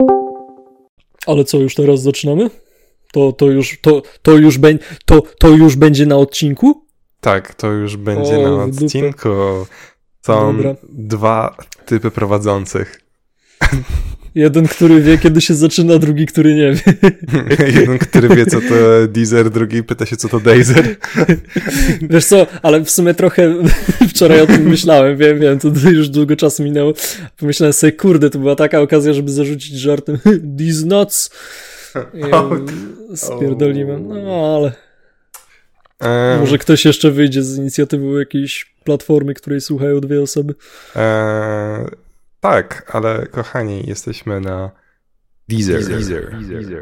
Ale co, już teraz zaczynamy? To już będzie na odcinku? Tak, to już będzie na odcinku. Są dwa typy prowadzących. Jeden, który wie, kiedy się zaczyna, drugi, który nie wie. Jeden, który wie, co to Deezer, drugi pyta się, co to Deezer. Wiesz co, ale w sumie trochę wczoraj o tym myślałem, wiem, to już długo czasu minęło. Pomyślałem sobie, kurde, to była taka okazja, żeby zarzucić żartem these nuts. Spierdoliłem, no ale... Może ktoś jeszcze wyjdzie z inicjatywą jakiejś platformy, której słuchają dwie osoby. Tak, ale kochani, jesteśmy na Deezer.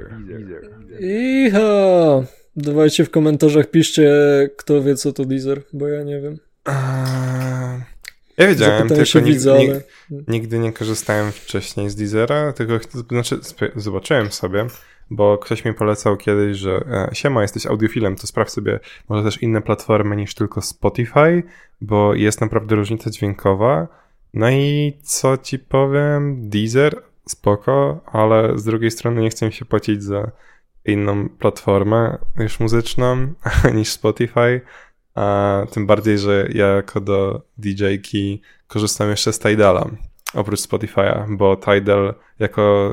Iha! Dawajcie w komentarzach, piszcie, kto wie, co to Deezer, bo ja nie wiem. Ja wiedziałem, tylko ale... nigdy nie korzystałem wcześniej z Deezera, tylko zobaczyłem sobie, bo ktoś mi polecał kiedyś, że siema, jesteś audiofilem, to sprawdź sobie może też inne platformy niż tylko Spotify, bo jest naprawdę różnica dźwiękowa. No i co ci powiem, Deezer, spoko, ale z drugiej strony nie chcę mi się płacić za inną platformę już muzyczną niż Spotify, a tym bardziej, że ja jako do DJ-ki korzystam jeszcze z Tidala, oprócz Spotify'a, bo Tidal jako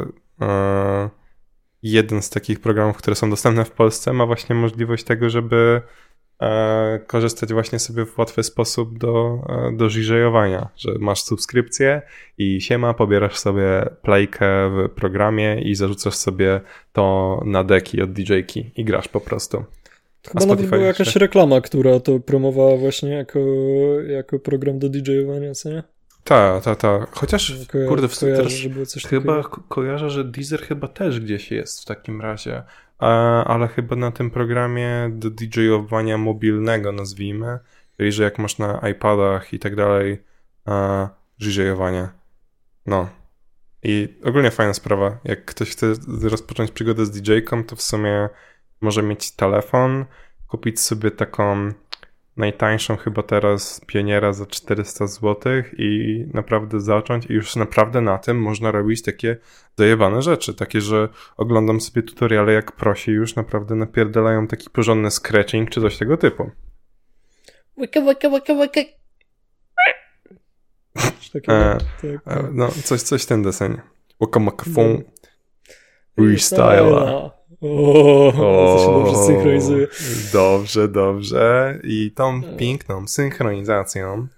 jeden z takich programów, które są dostępne w Polsce, ma właśnie możliwość tego, żeby korzystać właśnie sobie w łatwy sposób do DJ-owania, że masz subskrypcję i siema, pobierasz sobie playkę w programie i zarzucasz sobie to na deki od DJ-ki i grasz po prostu. Chyba nawet była jakaś reklama, która to promowała właśnie jako program do DJ-owania, co nie? Ta. Chociaż, kurde, teraz chyba kojarzę, że Deezer chyba też gdzieś jest w takim razie. Ale chyba na tym programie do DJ-owania mobilnego, nazwijmy, czyli że jak masz na iPadach i tak dalej DJ-owanie. No. I ogólnie fajna sprawa. Jak ktoś chce rozpocząć przygodę z DJ-ką, to w sumie może mieć telefon, kupić sobie taką najtańszą chyba teraz Pioniera za 400 zł i naprawdę zacząć i już naprawdę na tym można robić takie dojebane rzeczy, takie, że oglądam sobie tutoriale jak prosi już naprawdę napierdalają taki porządny scratching czy coś tego typu. Waka. No, coś ten deseń. Waka freestyle. To się dobrze synchronizuje. Dobrze. I tą piękną synchronizacją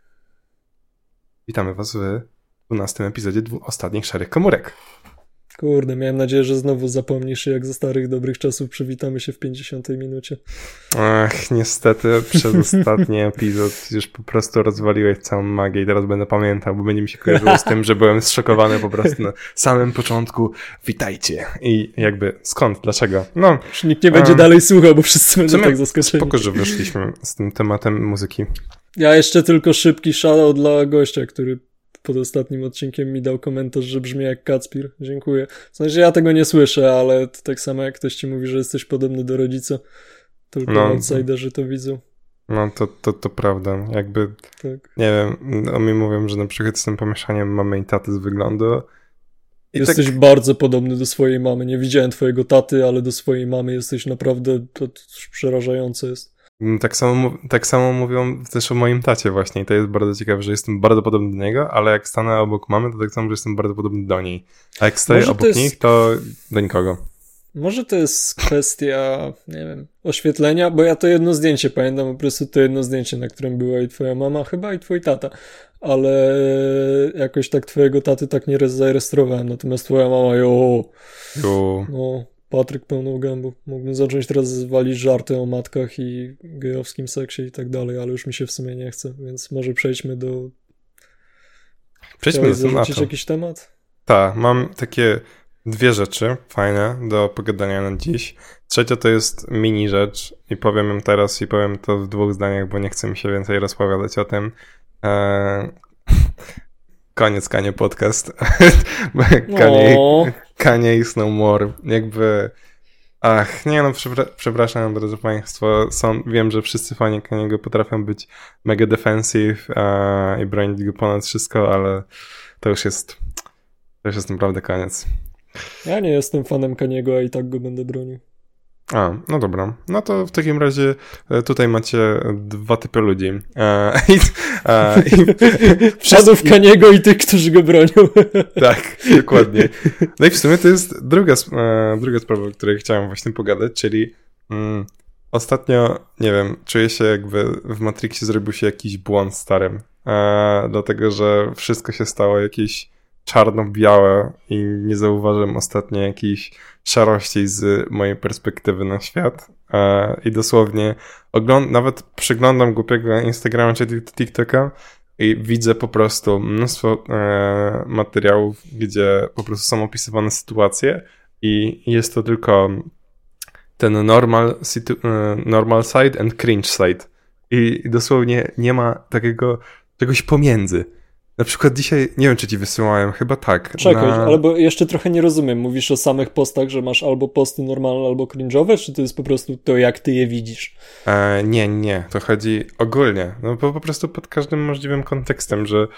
witamy was w 12 epizodzie ostatnich Szarych Komórek. Kurde, miałem nadzieję, że znowu zapomnisz, jak za starych dobrych czasów przywitamy się w 50 minucie. Ach, niestety przez ostatni epizod już po prostu rozwaliłeś całą magię i teraz będę pamiętał, bo będzie mi się kojarzyło z tym, że byłem zszokowany po prostu na samym początku. Witajcie. I jakby skąd? Dlaczego? No. Już nikt nie będzie dalej słuchał, bo wszyscy będą tak zaskoczeni. Spoko, że wyszliśmy z tym tematem muzyki. Ja jeszcze tylko szybki shoutout dla gościa, który pod ostatnim odcinkiem mi dał komentarz, że brzmi jak Kacpir. Dziękuję. W sensie ja tego nie słyszę, ale to tak samo jak ktoś ci mówi, że jesteś podobny do rodzica. Tylko outsiderzy to widzą. No to prawda. Jakby, tak. Nie wiem, oni mówią, że na przykład z tym pomieszaniem mamy i taty z wyglądu. Jesteś bardzo podobny do swojej mamy. Nie widziałem twojego taty, ale do swojej mamy jesteś naprawdę, to przerażające jest. Tak samo mówią też o moim tacie właśnie i to jest bardzo ciekawe, że jestem bardzo podobny do niego, ale jak stanę obok mamy, to tak samo, że jestem bardzo podobny do niej. A jak stoję obok nich, to do nikogo. Może to jest kwestia, nie wiem, oświetlenia, bo ja to jedno zdjęcie pamiętam, po prostu to jedno zdjęcie, na którym była i twoja mama, chyba i twój tata, ale jakoś tak twojego taty tak nie zarejestrowałem, natomiast twoja mama, no, Patryk pełną gębą. Mógłbym zacząć teraz walić żarty o matkach i gejowskim seksie i tak dalej, ale już mi się w sumie nie chce, więc może przejdźmy do... Przejdźmy do zarzucić jakiś temat? Tak, mam takie dwie rzeczy fajne do pogadania na dziś. Trzecia to jest mini rzecz i powiem ją teraz i powiem to w 2 zdaniach, bo nie chcę mi się więcej rozpowiadać o tym. Koniec Kanye podcast. Kanye is no more. Jakby... Ach, nie no, przepraszam, drodzy państwo. Wiem, że wszyscy fani Kaniego potrafią być mega defensive i bronić go ponad wszystko, ale to już jest naprawdę koniec. Ja nie jestem fanem Kaniego, a i tak go będę bronił. A, no dobra. No to w takim razie tutaj macie dwa typy ludzi. Fanów Kaniego i tych, którzy go bronią. Tak, dokładnie. No i w sumie to jest druga sprawa, o której chciałem właśnie pogadać, czyli ostatnio, nie wiem, czuję się jakby w Matrixie zrobił się jakiś błąd starym. Dlatego, że wszystko się stało jakieś czarno-białe i nie zauważyłem ostatnio jakiejś szarości z mojej perspektywy na świat. I dosłownie nawet przeglądam głupiego Instagrama czy TikToka i widzę po prostu mnóstwo materiałów, gdzie po prostu są opisywane sytuacje i jest to tylko ten normal side and cringe side. I dosłownie nie ma takiego czegoś pomiędzy. Na przykład dzisiaj, nie wiem czy ci wysyłałem, chyba tak. Czekaj, ale bo jeszcze trochę nie rozumiem. Mówisz o samych postach, że masz albo posty normalne, albo cringe'owe, czy to jest po prostu to, jak ty je widzisz? Nie. To chodzi ogólnie. No bo po prostu pod każdym możliwym kontekstem, że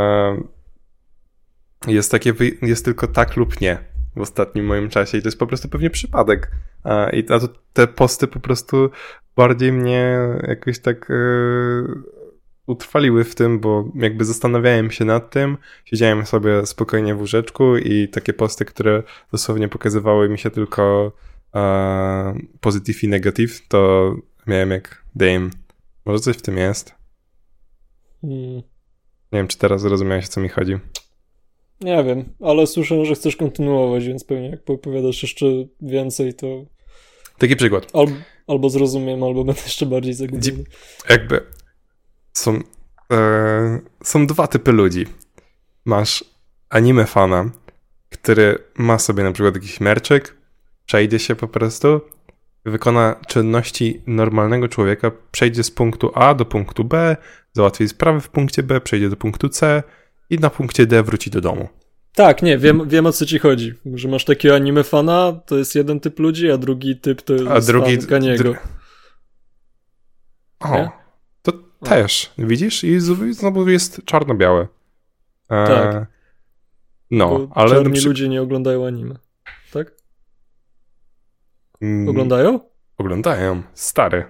jest tylko tak lub nie w ostatnim moim czasie i to jest po prostu pewnie przypadek. I te posty po prostu bardziej mnie jakoś tak utrwaliły w tym, bo jakby zastanawiałem się nad tym, siedziałem sobie spokojnie w łóżeczku i takie posty, które dosłownie pokazywały mi się tylko positive i negative, to miałem jak damn, może coś w tym jest. Nie wiem, czy teraz zrozumiałeś, o co mi chodzi. Nie wiem, ale słyszę, że chcesz kontynuować, więc pewnie jak opowiadasz jeszcze więcej, to... Taki przykład. Albo zrozumiem, albo będę jeszcze bardziej zagubiony. Jakby są dwa typy ludzi. Masz anime fana, który ma sobie na przykład jakiś merczyk, przejdzie się po prostu, wykona czynności normalnego człowieka, przejdzie z punktu A do punktu B, załatwi sprawy w punkcie B, przejdzie do punktu C i na punkcie D wróci do domu. Tak, nie, wiem o co ci chodzi. Że masz takiego anime fana, to jest jeden typ ludzi, a drugi typ to jest fan Kaniego. To też, widzisz? I znowu jest czarno-białe. Tak. No, ale... Czarni ludzie nie oglądają anime, tak? Oglądają? Oglądają, stary.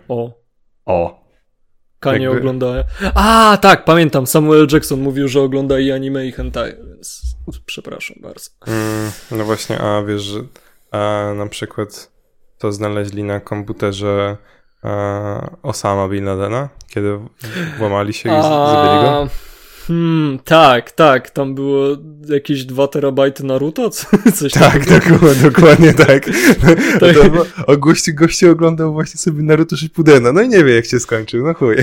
Kanie oglądają. A, tak, pamiętam, Samuel Jackson mówił, że ogląda i anime i hentai, więc przepraszam bardzo. No właśnie, a wiesz, że na przykład to znaleźli na komputerze Osama Bin Ladena, kiedy włamali się i zabili go? Tak, tam było jakieś 2 terabajty Naruto? Coś tak, dokładnie tak. Gościu oglądał właśnie sobie Naruto Shippudena, no i nie wie jak się skończył, no chuj.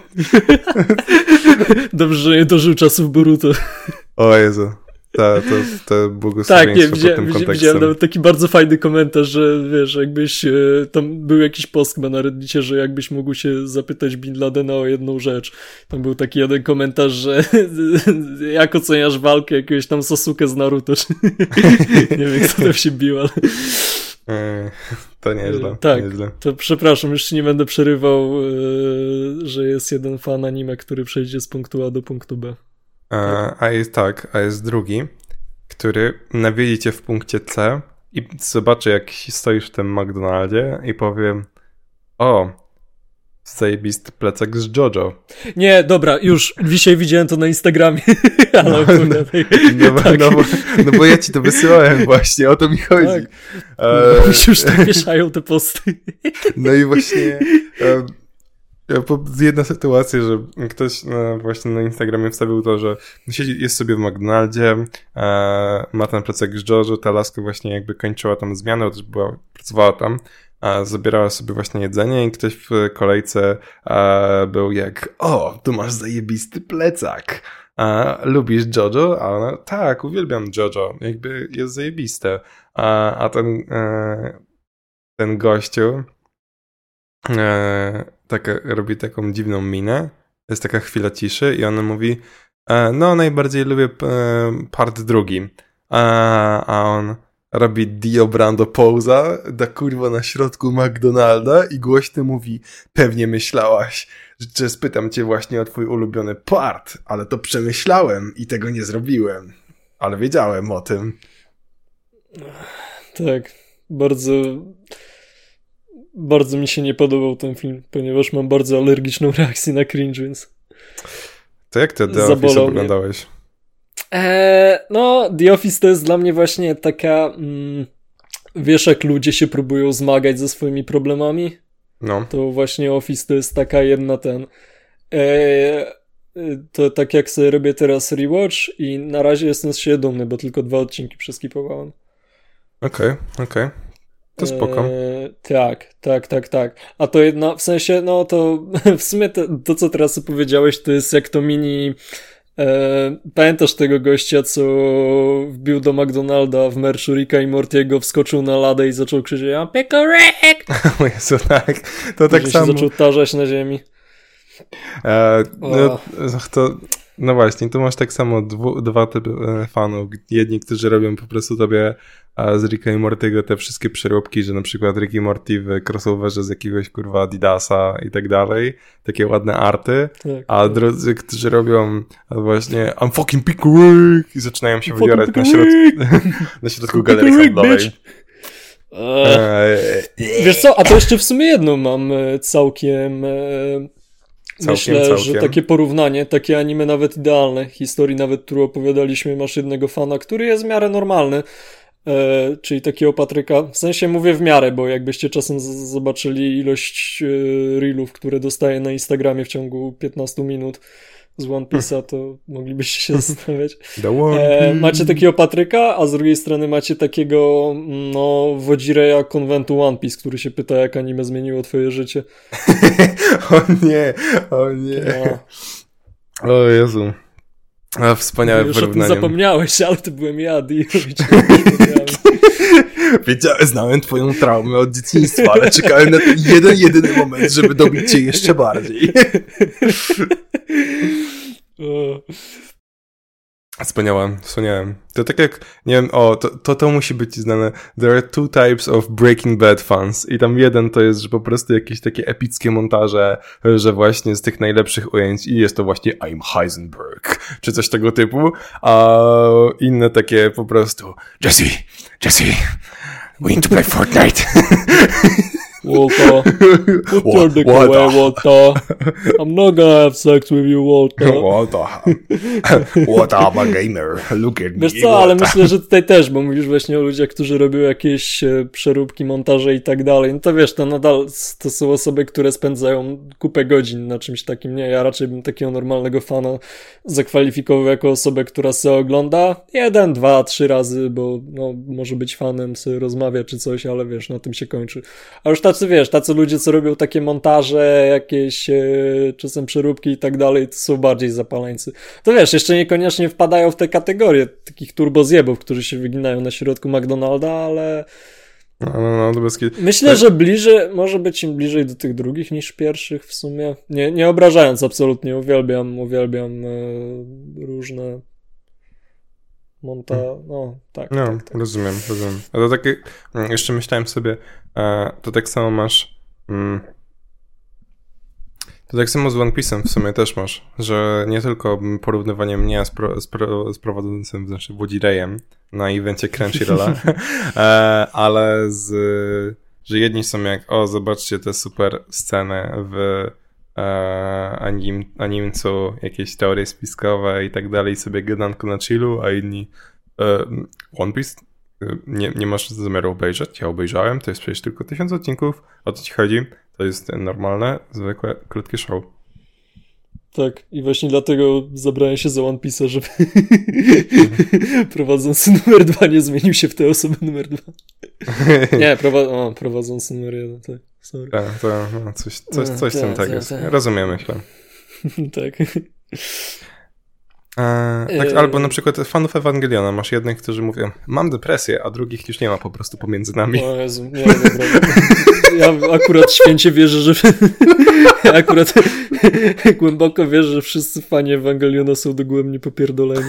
Dobrze, że nie dożył czasów Boruto. O Jezu. To błogosławieństwo pod tym kontekstem. Widziałem nawet taki bardzo fajny komentarz, że wiesz, jakbyś, tam był jakiś post chyba na Reddicie, że jakbyś mógł się zapytać Bin Ladena o jedną rzecz. Tam był taki jeden komentarz, że jak oceniasz walkę jakiegoś tam Sasuke z Naruto? Nie wiem, kto tam się bił, ale... To nieźle. Tak, nieźle. To przepraszam, już nie będę przerywał, że jest jeden fan anime, który przejdzie z punktu A do punktu B. A jest drugi, który nawiedzi cię w punkcie C i zobaczy, jak stoisz w tym McDonaldzie i powie: o, zajebisty plecak z JoJo. Nie, dobra, już dzisiaj widziałem to na Instagramie. Ale no bo ja ci to wysyłałem właśnie, o to mi chodzi. Tak. Już tak wieszają te posty. No i właśnie... Jedna sytuacja, że ktoś właśnie na Instagramie wstawił to, że jest sobie w McDonaldzie, ma ten plecak z JoJo, ta laska właśnie jakby kończyła tam zmianę, też pracowała tam, zabierała sobie właśnie jedzenie i ktoś w kolejce był jak: o, tu masz zajebisty plecak, lubisz JoJo? A ona: tak, uwielbiam JoJo, jakby jest zajebiste. A ten gościu robi taką dziwną minę, jest taka chwila ciszy i ona mówi: no, najbardziej lubię part drugi. A on robi Dio Brando poza, da kurwa na środku McDonalda i głośno mówi: pewnie myślałaś, że spytam cię właśnie o twój ulubiony part, ale to przemyślałem i tego nie zrobiłem. Ale wiedziałem o tym. Tak, bardzo, bardzo mi się nie podobał ten film, ponieważ mam bardzo alergiczną reakcję na cringe, więc... To jak ty The Office oglądałeś? No, The Office to jest dla mnie właśnie taka... wiesz, jak ludzie się próbują zmagać ze swoimi problemami? No. To właśnie Office to jest taka jedna to tak jak sobie robię teraz rewatch i na razie jestem z siebie dumny, bo tylko 2 odcinki przeskipowałem. Okej. To spoko. Tak. A to jedna, w sensie, no to w sumie to co teraz powiedziałeś, to jest jak to mini... pamiętasz tego gościa, co wbił do McDonalda w merchu Ricka i Mortiego, wskoczył na ladę i zaczął krzyczeć Pickle Rick! O Jezu, tak. To tak samo. Się zaczął tarzać na ziemi. No właśnie, tu masz tak samo dwa typy fanów. Jedni, którzy robią po prostu tobie z Ricka i Mortiego te wszystkie przeróbki, że na przykład Rick i Morty w crossoverze z jakiegoś kurwa Adidasa i tak dalej, takie ładne arty, a drudzy, którzy robią właśnie I'm fucking Pickle Rick i zaczynają się wybierać na środku galerii handlowej. Wiesz co, a to jeszcze w sumie jedno mam całkiem... Myślę, że takie porównanie, takie anime nawet idealne, historii nawet, którą opowiadaliśmy, masz jednego fana, który jest w miarę normalny, czyli takiego Patryka, w sensie mówię w miarę, bo jakbyście czasem zobaczyli ilość reelów, które dostaję na Instagramie w ciągu 15 minut z One Piece'a, to moglibyście się zastanawiać. Macie takiego Patryka, a z drugiej strony macie takiego wodzireja konwentu One Piece, który się pyta, jak anime zmieniło twoje życie. O nie. O Jezu. Wspaniałe porównanie. Już zapomniałeś, ale to byłem ja, Dijowicz. Wiedziałem, znałem twoją traumę od dzieciństwa, ale czekałem na ten jedyny moment, żeby dobić cię jeszcze bardziej. Wspaniałem. To tak jak, nie wiem, to musi być znane. There are 2 types of Breaking Bad fans. I tam jeden to jest, że po prostu jakieś takie epickie montaże, że właśnie z tych najlepszych ujęć i jest to właśnie I'm Heisenberg, czy coś tego typu, a inne takie po prostu Jesse, we need to play Fortnite. Walter, put your dick away, Walter. I'm not gonna have sex with you, Walter. Walter, I'm a gamer. Look at me. Wiesz co, ale myślę, że tutaj też, bo mówisz właśnie o ludziach, którzy robią jakieś przeróbki, montaże i tak dalej. No to wiesz, to nadal to są osoby, które spędzają kupę godzin na czymś takim. Nie, ja raczej bym takiego normalnego fana zakwalifikował jako osobę, która sobie ogląda 1, 2, 3 razy, bo może być fanem, sobie rozmawia czy coś, ale wiesz, na tym się kończy. A już tacy ludzie, co robią takie montaże, jakieś czasem przeróbki i tak dalej, to są bardziej zapaleńcy. To wiesz, jeszcze niekoniecznie wpadają w te kategorie takich turbozjebów, którzy się wyginają na środku McDonalda, ale to bez myślę, że może być im bliżej do tych drugich niż pierwszych w sumie. Nie obrażając absolutnie, uwielbiam różne tak. Rozumiem. A to takie, jeszcze myślałem sobie, to tak samo masz, to tak samo z One Piece'em w sumie też masz, że nie tylko porównywanie mnie z prowadzącym, znaczy Wodzirejem na evencie Crunchyrolla, ale że jedni są jak, zobaczcie te super sceny w animcu, jakieś teorie spiskowe i tak dalej, sobie gadanko na chillu, a inni One Piece nie masz zamiaru obejrzeć. Ja obejrzałem, to jest przecież tylko 1000 odcinków. O co ci chodzi? To jest normalne, zwykłe, krótkie show. Tak, i właśnie dlatego zabrałem się za One Piece'a, żeby prowadzący numer 2 nie zmienił się w tę osobę numer 2. Nie, prowadzący numer 1, tak. Sorry. Coś w tym tak jest. Rozumiem, myślę. Tak. Tak, albo na przykład fanów Ewangeliona. Masz jednych, którzy mówią, mam depresję, a drugich już nie ma po prostu pomiędzy nami. O Jezu, nie, dobra. Ja akurat święcie wierzę, że głęboko wierzę, że wszyscy fani Ewangeliona są dogłębnie popierdoleni.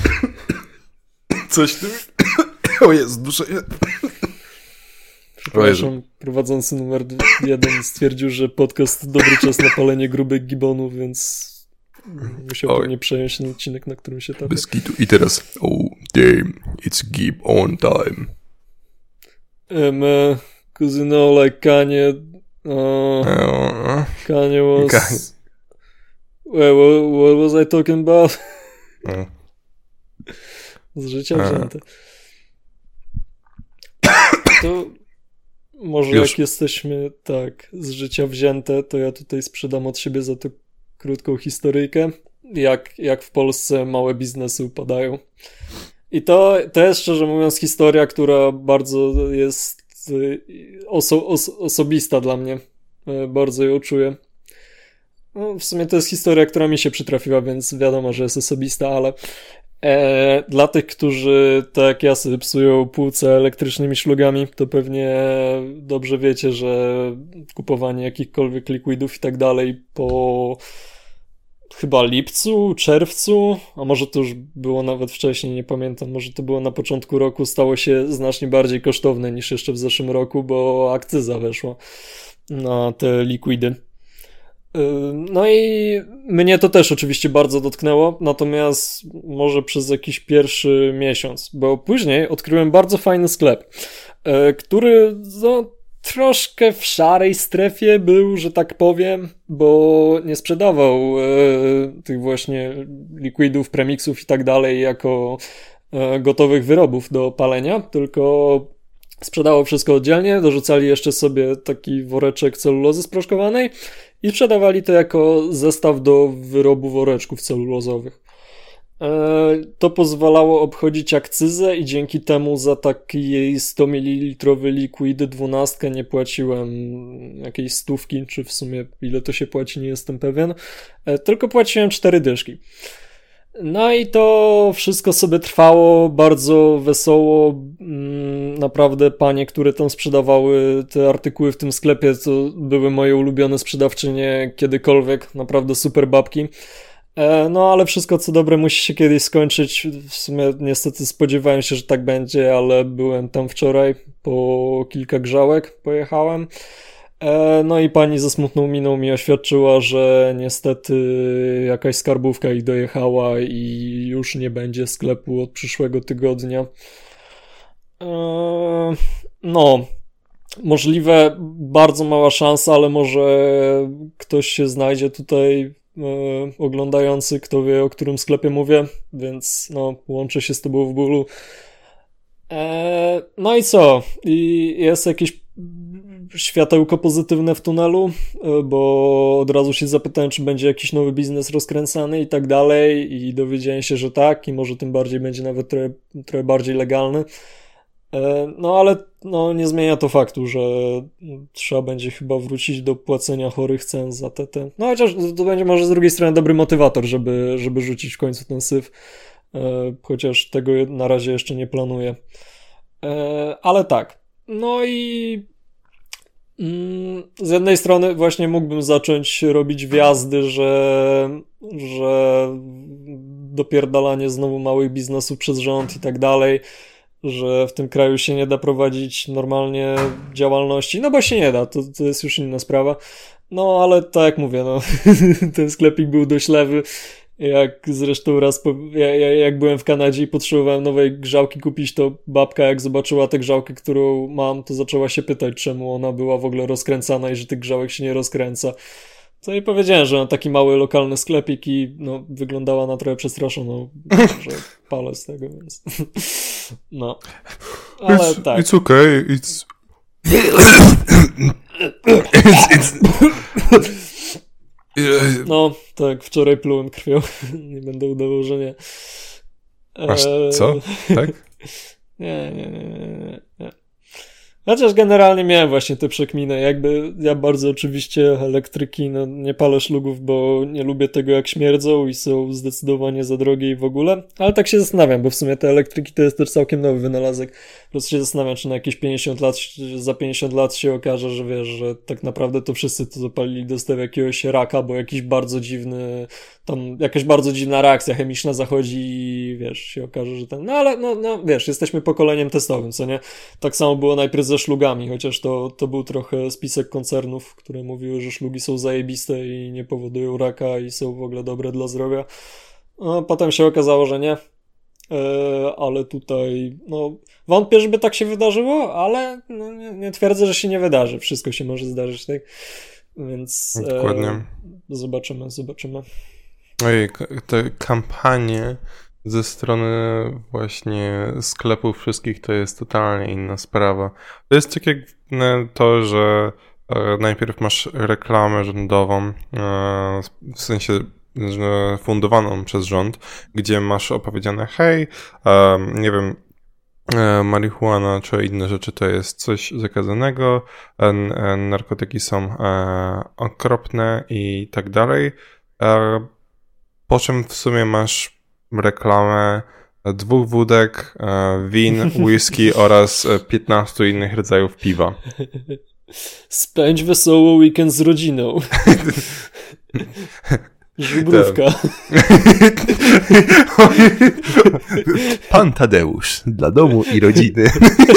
Coś ty... O Jezu, duszę... Przepraszam, prowadzący numer 1 stwierdził, że podcast to dobry czas na palenie grubych gibonów, więc musiał pewnie przejąć ten odcinek, na którym się tapia. Bez kitu. I teraz, damn, it's gib on time. Because you know, like Kanye was... Wait, what was I talking about? Z życia wzięte. To może jak jesteśmy tak z życia wzięte, to ja tutaj sprzedam od siebie za to krótką historyjkę, jak w Polsce małe biznesy upadają. I to jest, szczerze mówiąc, historia, która bardzo jest osobista dla mnie. Bardzo ją czuję. No, w sumie to jest historia, która mi się przytrafiła, więc wiadomo, że jest osobista, ale dla tych, którzy tak jak ja sobie psują płuca elektrycznymi szlugami, to pewnie dobrze wiecie, że kupowanie jakichkolwiek liquidów i tak dalej po chyba lipcu, czerwcu, a może to już było nawet wcześniej, nie pamiętam, może to było na początku roku, stało się znacznie bardziej kosztowne niż jeszcze w zeszłym roku, bo akcyza weszła na te likwidy. No i mnie to też oczywiście bardzo dotknęło, natomiast może przez jakiś pierwszy miesiąc, bo później odkryłem bardzo fajny sklep, który troszkę w szarej strefie był, że tak powiem, bo nie sprzedawał tych właśnie liquidów, premixów i tak dalej jako gotowych wyrobów do palenia, tylko sprzedawał wszystko oddzielnie, dorzucali jeszcze sobie taki woreczek celulozy sproszkowanej i sprzedawali to jako zestaw do wyrobu woreczków celulozowych. To pozwalało obchodzić akcyzę i dzięki temu za taki 100 ml liquid 12 nie płaciłem jakiejś stówki, czy w sumie ile to się płaci, nie jestem pewien, tylko płaciłem 4 dyszki. No i to wszystko sobie trwało bardzo wesoło. Naprawdę panie, które tam sprzedawały te artykuły w tym sklepie, to były moje ulubione sprzedawczynie kiedykolwiek, naprawdę super babki. No ale wszystko co dobre musi się kiedyś skończyć. W sumie niestety spodziewałem się, że tak będzie, ale byłem tam wczoraj, po kilka grzałek pojechałem. No i pani ze smutną miną mi oświadczyła, że niestety jakaś skarbówka ich dojechała i już nie będzie sklepu od przyszłego tygodnia. No, możliwe, bardzo mała szansa, ale może ktoś się znajdzie tutaj oglądający, kto wie, o którym sklepie mówię, więc no, łączę się z tobą w bólu. No i co? I jest jakieś światełko pozytywne w tunelu, bo od razu się zapytałem, czy będzie jakiś nowy biznes rozkręcany i tak dalej i dowiedziałem się, że tak i może tym bardziej będzie nawet trochę bardziej legalny. No ale no, nie zmienia to faktu, że trzeba będzie chyba wrócić do płacenia chorych cen za te. No chociaż to będzie może z drugiej strony dobry motywator, żeby rzucić w końcu ten syf, chociaż tego na razie jeszcze nie planuję. Ale tak. No i z jednej strony właśnie mógłbym zacząć robić wjazdy, że dopierdalanie znowu małych biznesów przez rząd i tak dalej, że w tym kraju się nie da prowadzić normalnie działalności, no bo się nie da, to jest już inna sprawa. No ale tak jak mówię, no ten sklepik był dość lewy. Jak zresztą raz, jak byłem w Kanadzie i potrzebowałem nowej grzałki kupić, to babka jak zobaczyła tę grzałkę, którą mam, to zaczęła się pytać, czemu ona była w ogóle rozkręcana i że tych grzałek się nie rozkręca. To jej powiedziałem, że mam taki mały lokalny sklepik i no, wyglądała na trochę przestraszoną, że palę z tego, więc no. Ale tak. It's okay, it's... No, tak, wczoraj plułem krwią. Nie będę udawał, że nie. Masz co? Tak? Nie. Chociaż generalnie miałem właśnie te przekminy. Jakby ja bardzo oczywiście elektryki, no nie palę szlugów, bo nie lubię tego jak śmierdzą i są zdecydowanie za drogie i w ogóle. Ale tak się zastanawiam, bo w sumie te elektryki to jest też całkiem nowy wynalazek. Po prostu się zastanawiam, czy na jakieś 50 lat, za 50 lat się okaże, że wiesz, że tak naprawdę to wszyscy to zapalili dostaw jakiegoś raka, bo jakiś bardzo dziwny, tam jakaś bardzo dziwna reakcja chemiczna zachodzi i wiesz, się okaże, że ten, no ale no wiesz, jesteśmy pokoleniem testowym, co nie? Tak samo było najpierw ze szlugami, chociaż to był trochę spisek koncernów, które mówiły, że szlugi są zajebiste i nie powodują raka i są w ogóle dobre dla zdrowia. No, potem się okazało, że nie. ale tutaj, no, wątpię, żeby tak się wydarzyło, ale no, nie twierdzę, że się nie wydarzy. Wszystko się może zdarzyć, tak? Więc Dokładnie. Zobaczymy. Ojej, te kampanie ze strony właśnie sklepów wszystkich to jest totalnie inna sprawa. To jest tak jak to, że najpierw masz reklamę rządową, w sensie że fundowaną przez rząd, gdzie masz opowiedziane, hej, nie wiem, marihuana czy inne rzeczy to jest coś zakazanego, narkotyki są okropne i tak dalej. Po czym w sumie masz reklamę 2 wódek, win, whisky oraz 15 innych rodzajów piwa. Spędź wesoło weekend z rodziną. Żubrówka. Pan Tadeusz, dla domu i rodziny.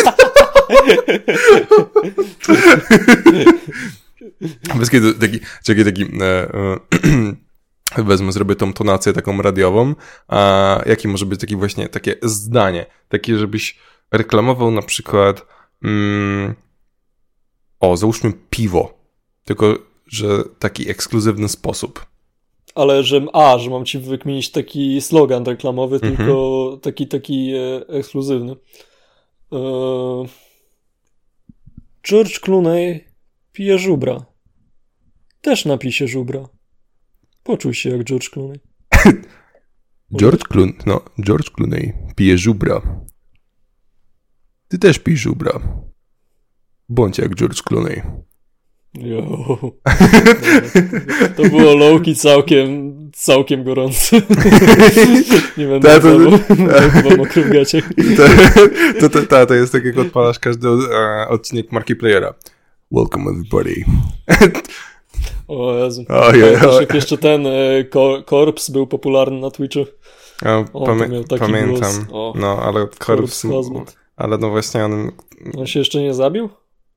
Bez kiedy taki wezmę, zrobię tą tonację taką radiową, a jakie może być takie właśnie takie zdanie, takie, żebyś reklamował na przykład załóżmy piwo, tylko, że taki ekskluzywny sposób. Ale że mam ci wykminić taki slogan reklamowy, tylko taki ekskluzywny. George Clooney pije żubra. Też napij się żubra. Poczuj się jak George Clooney. George Clooney pije żubra. Ty też pij żubra. Bądź jak George Clooney. Jo. To było lowki całkiem gorące. Nie będę chyba mokry w gaciach. To jest tak jak odpalasz każdy odcinek Markipliera. Welcome everybody. O Jezu. Jak jeszcze ten Korps był popularny na Twitchu. Pamiętam. No, ale Korps... Ale no właśnie on się jeszcze nie zabił?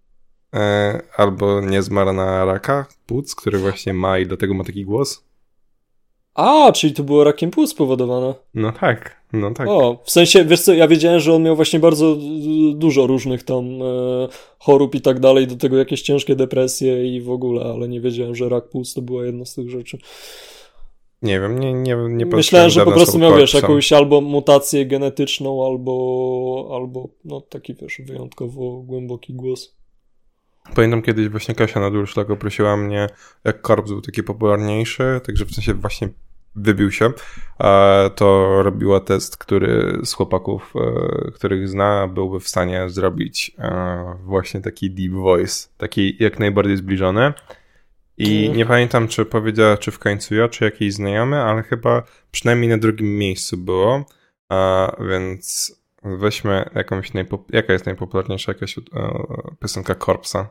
Albo nie zmarł na raka płuc, który właśnie ma i dlatego ma taki głos. Czyli to było rakiem płuc spowodowane. No tak. O, w sensie, wiesz co, ja wiedziałem, że on miał właśnie bardzo dużo różnych tam chorób i tak dalej, do tego jakieś ciężkie depresje i w ogóle, ale nie wiedziałem, że rak płuc to była jedna z tych rzeczy. Nie wiem, nie myślałem, że po prostu miał, wiesz, jakąś albo mutację genetyczną, albo no taki, wiesz, wyjątkowo głęboki głos. Pamiętam kiedyś właśnie Kasia na Durszlaku prosiła mnie, jak Korps był taki popularniejszy, także w sensie właśnie wybił się, to robiła test, który z chłopaków, których zna, byłby w stanie zrobić właśnie taki deep voice, taki jak najbardziej zbliżony. I nie pamiętam, czy powiedziała, czy w końcu ja, czy jakiś znajomy, ale chyba przynajmniej na drugim miejscu było, więc weźmy jakąś jaka jest najpopularniejsza jakaś piosenka Korpsa?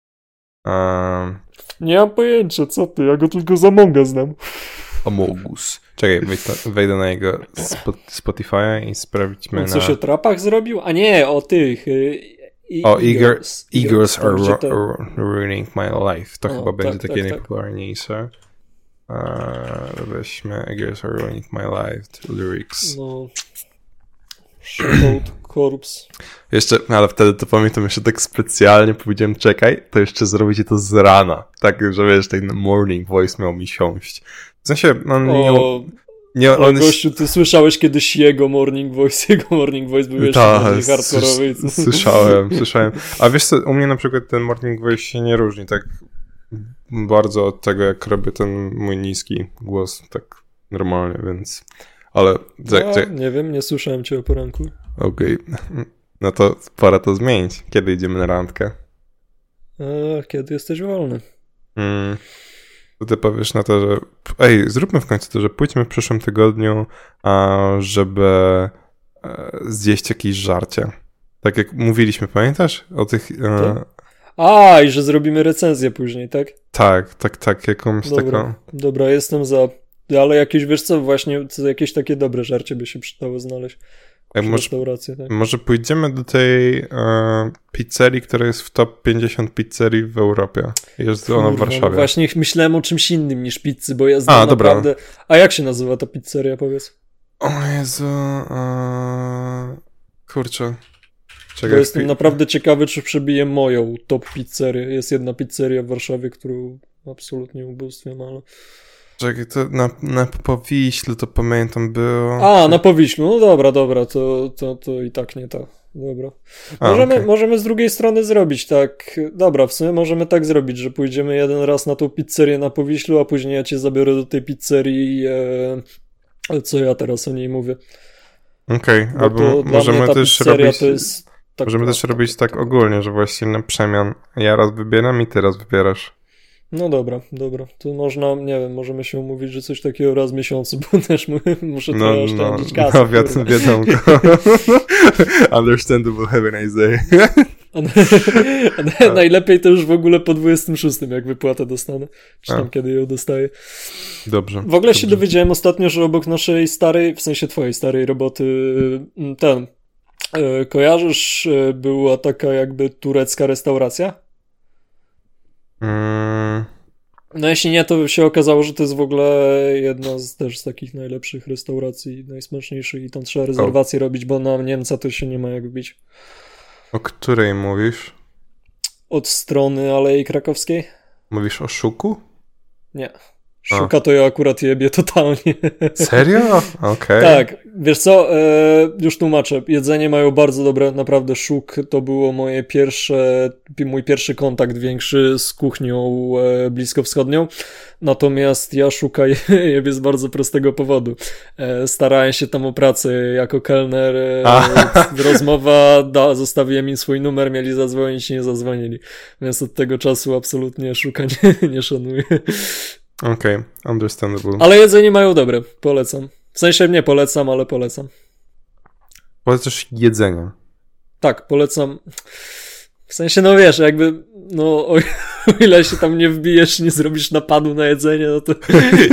Nie mam pojęcia, co ty, ja go tylko z Amonga znam. Amogus. Czekaj, wejdę na jego Spotify i sprawdźmy on coś o trapach zrobił? A nie, o tych... Eagles are ruining my life. To chyba będzie takie najpopularniejsze. Weźmy Eagles are ruining my life. Lyrics. No... Shoutout Korps. Jeszcze, ale wtedy to pamiętam, jeszcze tak specjalnie powiedziałem, czekaj, to jeszcze zrobicie to z rana. Tak, że wiesz, ten morning voice miał mi siąść. W sensie, gościu, ty słyszałeś kiedyś jego morning voice był jeszcze bardziej hardkorowy. Słyszałem. A wiesz co, u mnie na przykład ten morning voice się nie różni tak bardzo od tego, jak robię ten mój niski głos, tak normalnie, więc... Ale... nie wiem, nie słyszałem cię o poranku. Okej. No to pora to zmienić. Kiedy idziemy na randkę? Kiedy jesteś wolny? To ty powiesz na to, że zróbmy w końcu to, że pójdźmy w przyszłym tygodniu, żeby zjeść jakieś żarcie. Tak jak mówiliśmy, pamiętasz? O tych... i że zrobimy recenzję później, tak? Tak, jakąś taką... Dobra, jestem za... Ale jakieś, wiesz co, właśnie jakieś takie dobre żarcie by się przydało znaleźć. Restaurację, tak. Może pójdziemy do tej pizzerii, która jest w top 50 pizzerii w Europie. Jest ona w Warszawie. No właśnie myślałem o czymś innym niż pizzy, bo ja znam naprawdę... A jak się nazywa ta pizzeria, powiedz? O Jezu, kurczę. Czekaj, bo jestem naprawdę ciekawy, czy przebiję moją top pizzerię. Jest jedna pizzeria w Warszawie, którą absolutnie ubóstwiam, ale... Czekaj, to na Powiślu to pamiętam było... na Powiślu, no dobra, to i tak nie to. Dobra. Możemy z drugiej strony zrobić tak. Dobra, w sumie możemy tak zrobić, że pójdziemy jeden raz na tą pizzerię na Powiślu, a później ja cię zabiorę do tej pizzerii, co ja teraz o niej mówię. Okej, albo możemy też robić... Możemy też robić tak ogólnie, że właściwie na przemian ja raz wybieram i ty raz wybierasz. No dobra. To można, nie wiem, możemy się umówić, że coś takiego raz w miesiącu, bo też muszę trochę oszczędzić kasy. No, wiadomo. Understandable, have a nice day. Najlepiej to już w ogóle po 26, jak wypłatę dostanę. Czy tam kiedy ją dostaję. Dobrze. W ogóle się dowiedziałem ostatnio, że obok naszej starej, w sensie twojej starej roboty, kojarzysz, była taka jakby turecka restauracja? No jeśli nie, to się okazało, że to jest w ogóle jedna z takich najlepszych restauracji, najsmaczniejszych i tam trzeba rezerwację robić, bo na Niemca to się nie ma jak wbić. O której mówisz? Od strony Alei Krakowskiej. Mówisz o Szuku? Nie. Szuka to ja akurat jebie totalnie. Serio? Okej. Tak, wiesz co, już tłumaczę. Jedzenie mają bardzo dobre, naprawdę Szuk to było mój pierwszy kontakt większy z kuchnią bliskowschodnią. Natomiast ja Szuka jebie z bardzo prostego powodu. Starałem się tam o pracę jako kelner. Rozmowa, zostawiłem im swój numer, mieli zadzwonić, nie zadzwonili. Więc od tego czasu absolutnie Szuka nie szanuję. Okej, understandable. Ale jedzenie mają dobre, polecam. W sensie nie polecam, ale polecam. Polecasz jedzenie? Tak, polecam. W sensie, no wiesz, jakby, no o ile się tam nie wbijesz, nie zrobisz napadu na jedzenie, no to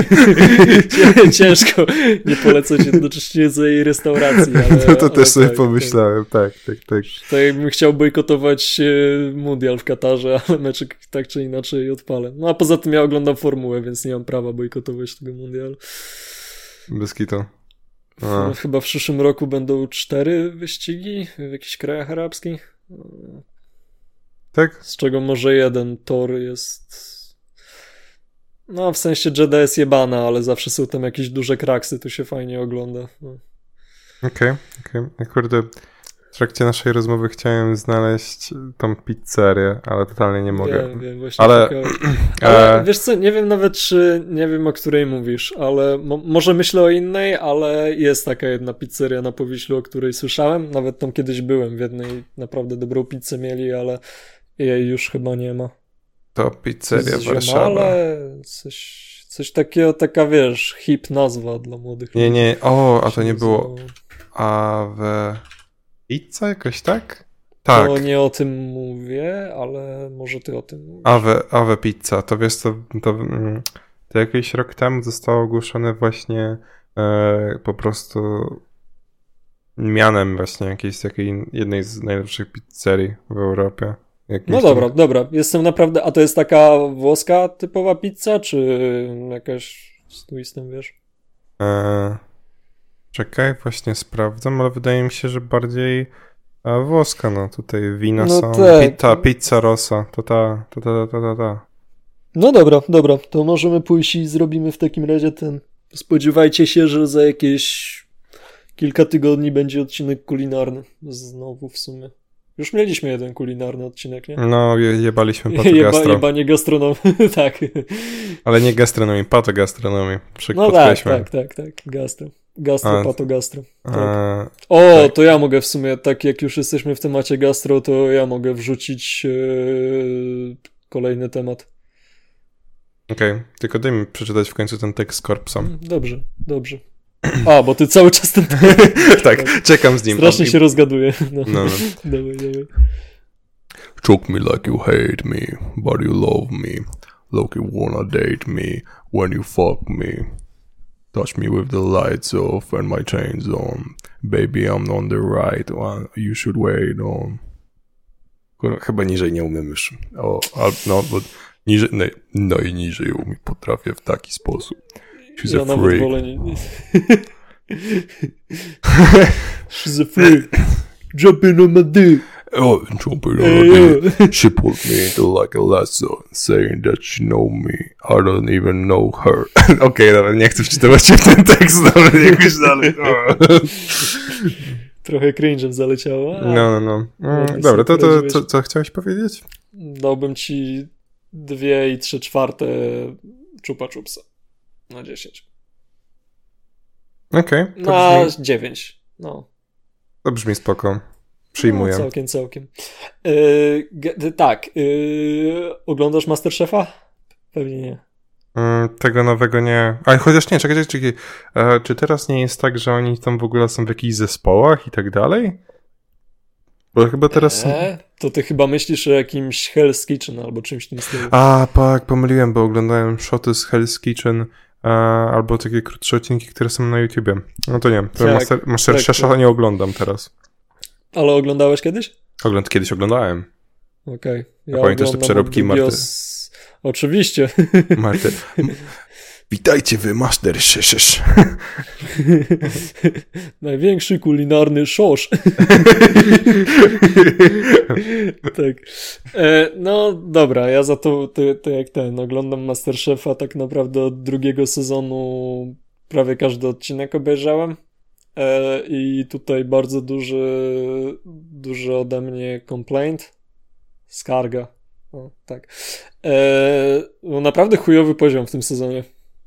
ciężko nie polecać jednocześnie jedzenia i restauracji. Ale, to też sobie pomyślałem, tak. To jakbym chciał bojkotować mundial w Katarze, ale meczek tak czy inaczej odpalę. No a poza tym ja oglądam formułę, więc nie mam prawa bojkotować tego mundialu. Bez kitu. Chyba w przyszłym roku będą 4 wyścigi w jakichś krajach arabskich. Tak? Z czego może jeden tor jest... No, w sensie Jeddah jest jebana, ale zawsze są tam jakieś duże kraksy, to się fajnie ogląda. No. Okej. Kurde, w trakcie naszej rozmowy chciałem znaleźć tą pizzerię, ale totalnie nie mogę. Wiem, właśnie ale wiesz co, nie wiem nawet, nie wiem, o której mówisz, ale może myślę o innej, ale jest taka jedna pizzeria na Powiślu, o której słyszałem. Nawet tam kiedyś byłem, w jednej naprawdę dobrą pizzę mieli, ale jej już chyba nie ma. To pizzeria Warszawa. Ale coś takiego, taka wiesz, hip nazwa dla młodych ludzi. Nie, a to nie było Ave Pizza jakoś tak? Tak. To nie o tym mówię, ale może ty o tym mówisz. Ave Pizza, to wiesz, to jakiś rok temu zostało ogłoszone właśnie po prostu mianem właśnie takiej jednej z najlepszych pizzerii w Europie. No dobra. Jestem naprawdę... A to jest taka włoska typowa pizza, czy jakaś z twistem, wiesz? Czekaj, właśnie sprawdzam, ale wydaje mi się, że bardziej włoska, no. Tutaj wina są. Tak. Pizza Rossa, to ta. No dobra, to możemy pójść i zrobimy w takim razie ten... Spodziewajcie się, że za jakieś kilka tygodni będzie odcinek kulinarny. Znowu w sumie. Już mieliśmy jeden kulinarny odcinek, nie? No, jebaliśmy patogastro. Jebanie gastronomii, tak. Ale nie gastronomii, patogastronomii. No tak. Gastro, patogastro. Tak. To ja mogę w sumie, tak jak już jesteśmy w temacie gastro, to ja mogę wrzucić kolejny temat. Okej, tylko daj mi przeczytać w końcu ten tekst z Korpsem. Dobrze. Bo ty cały czas ten... tak, czekam z nim. Strasznie się rozgaduję. No. Dawaj. Choke me like you hate me, but you love me. Like you wanna date me when you fuck me. Touch me with the lights off and my chains on. Baby, I'm on the right one. You should wait on. Chyba niżej nie umiem już. Bo niżej, i niżej potrafię w taki sposób. Ja nawet wolę She's a freak. Jumping on my dick. Oh, jumping on my dick. She put me into like a lasso, saying that she know me. I don't even know her. Okej, dobra, nie chcę wczytywać się w ten tekst, dobra, jakoś dalej. Trochę cringe'em zaleciało. No. Dobra, to co chciałeś powiedzieć? Dałbym ci 2 3/4 Chupa Chupsa na 10. Okej. Na 9. No. To brzmi spoko. Przyjmuję. No, całkiem. Tak. Oglądasz Masterchefa? Pewnie nie. Tego nowego nie. Ale chociaż nie, czekaj. Czy teraz nie jest tak, że oni tam w ogóle są w jakichś zespołach i tak dalej? Bo chyba teraz To ty chyba myślisz o jakimś Hell's Kitchen albo czymś w tym stylu. Tak, pomyliłem, bo oglądałem shoty z Hell's Kitchen albo takie krótsze odcinki, które są na YouTubie. No to nie, to Masterchefa nie oglądam teraz. Ale oglądałeś kiedyś? Kiedyś oglądałem. Okej. Ja pamiętasz te przeróbki Marty? Oczywiście. Marty. Witajcie wy, Masterchef. Największy kulinarny szosz. Tak. No dobra, ja za to jak oglądam Masterchefa tak naprawdę od 2 sezonu prawie każdy odcinek obejrzałem. I tutaj bardzo duży ode mnie complaint. Skarga. O, tak. Naprawdę chujowy poziom w tym sezonie.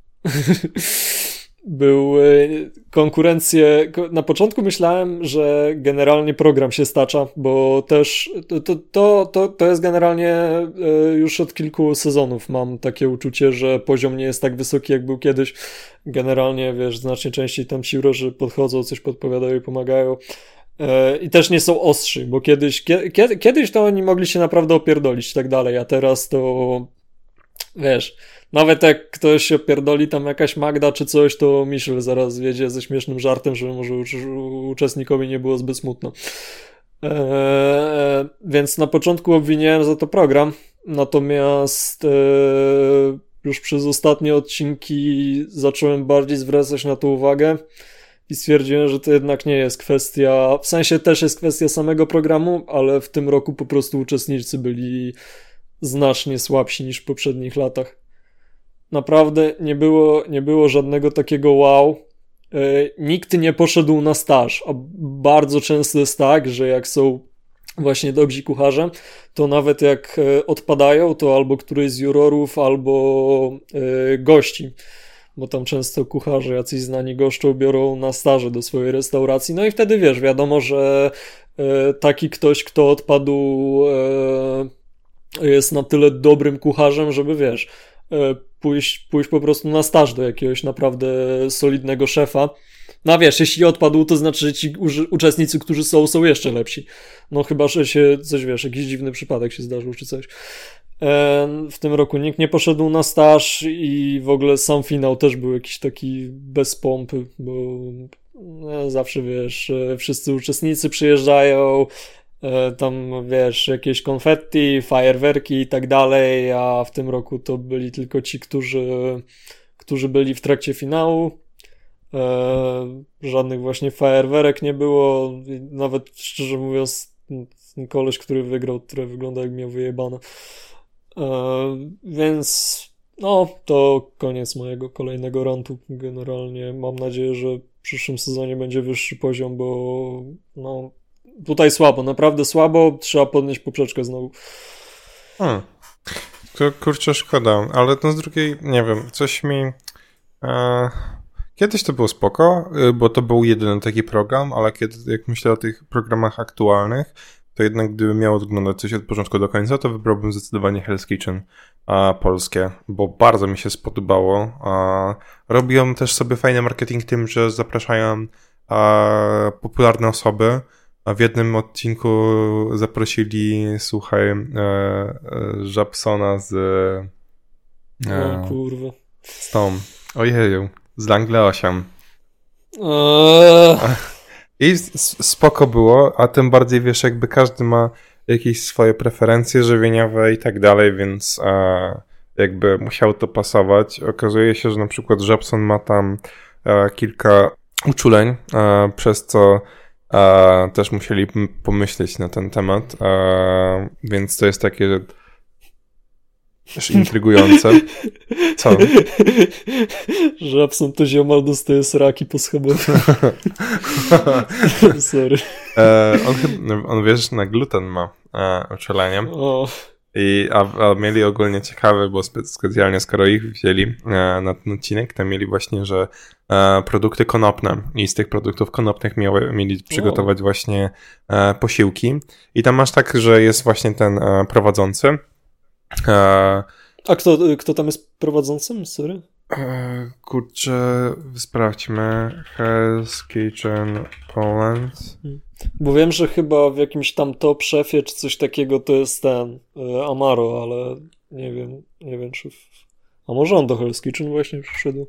Był konkurencję. Na początku myślałem, że generalnie program się stacza, bo też to jest generalnie już od kilku sezonów mam takie uczucie, że poziom nie jest tak wysoki, jak był kiedyś. Generalnie, wiesz, znacznie częściej tam ci wroży podchodzą, coś podpowiadają i pomagają. I też nie są ostrzy, bo kiedyś to oni mogli się naprawdę opierdolić i tak dalej, a teraz to wiesz, nawet jak ktoś się opierdoli, tam jakaś Magda czy coś, to Michel zaraz wiedzie ze śmiesznym żartem, żeby może uczestnikowi nie było zbyt smutno. Więc na początku obwiniałem za to program, natomiast już przez ostatnie odcinki zacząłem bardziej zwracać na to uwagę i stwierdziłem, że to jednak nie jest kwestia, w sensie też jest kwestia samego programu, ale w tym roku po prostu uczestnicy byli znacznie słabsi niż w poprzednich latach. Naprawdę nie było żadnego takiego wow. Nikt nie poszedł na staż, a bardzo często jest tak, że jak są właśnie dobrzy kucharze, to nawet jak odpadają, to albo któryś z jurorów, albo gości, bo tam często kucharze, jacyś znani goszczą, biorą na staże do swojej restauracji, no i wtedy wiesz, wiadomo, że taki ktoś, kto odpadł, jest na tyle dobrym kucharzem, żeby wiesz, pójść po prostu na staż do jakiegoś naprawdę solidnego szefa. No wiesz, jeśli odpadł, to znaczy, że ci uczestnicy, którzy są jeszcze lepsi. No chyba, że się coś, wiesz, jakiś dziwny przypadek się zdarzył, czy coś. W tym roku nikt nie poszedł na staż i w ogóle sam finał też był jakiś taki bez pompy, bo zawsze, wiesz, wszyscy uczestnicy przyjeżdżają, tam, wiesz, jakieś konfetti, fajerwerki i tak dalej, a w tym roku to byli tylko ci, którzy byli w trakcie finału. Żadnych właśnie fajerwerek nie było, nawet szczerze mówiąc ten koleś, który wygrał, który wygląda jak miał wyjebane. Więc no, to koniec mojego kolejnego rantu. Generalnie mam nadzieję, że w przyszłym sezonie będzie wyższy poziom, bo no tutaj słabo, naprawdę słabo, trzeba podnieść poprzeczkę znowu. To kurczę szkoda, ale to z drugiej, nie wiem, coś mi... Kiedyś to było spoko, bo to był jedyny taki program, ale jak myślę o tych programach aktualnych, to jednak gdybym miał oglądać coś od początku do końca, to wybrałbym zdecydowanie Hell's Kitchen polskie, bo bardzo mi się spodobało. Robią też sobie fajny marketing tym, że zapraszają popularne osoby. A w jednym odcinku zaprosili, słuchaj, Żabsona z... O kurwa. Z tą... Ojeju. Z Langleosiam. I spoko było, a tym bardziej, wiesz, jakby każdy ma jakieś swoje preferencje żywieniowe i tak dalej, więc jakby musiał to pasować. Okazuje się, że na przykład Żabson ma tam kilka uczuleń, przez co też musieli pomyśleć na ten temat, więc to jest takie też intrygujące. Co? Że Rapson to ziomal dostaje sraki po schabowych. Sorry. On wiesz, na gluten ma uczulenie. O. A mieli ogólnie ciekawe, bo specjalnie skoro ich wzięli na ten odcinek, to mieli właśnie, że produkty konopne i z tych produktów konopnych mieli przygotować właśnie posiłki. I tam masz tak, że jest właśnie ten prowadzący. A kto tam jest prowadzącym? Sorry? Kurczę, sprawdźmy. Hell's Kitchen Poland. Bo wiem, że chyba w jakimś tam top szefie czy coś takiego to jest ten Amaro, ale nie wiem czy... A może on do Hell's Kitchen właśnie przyszedł?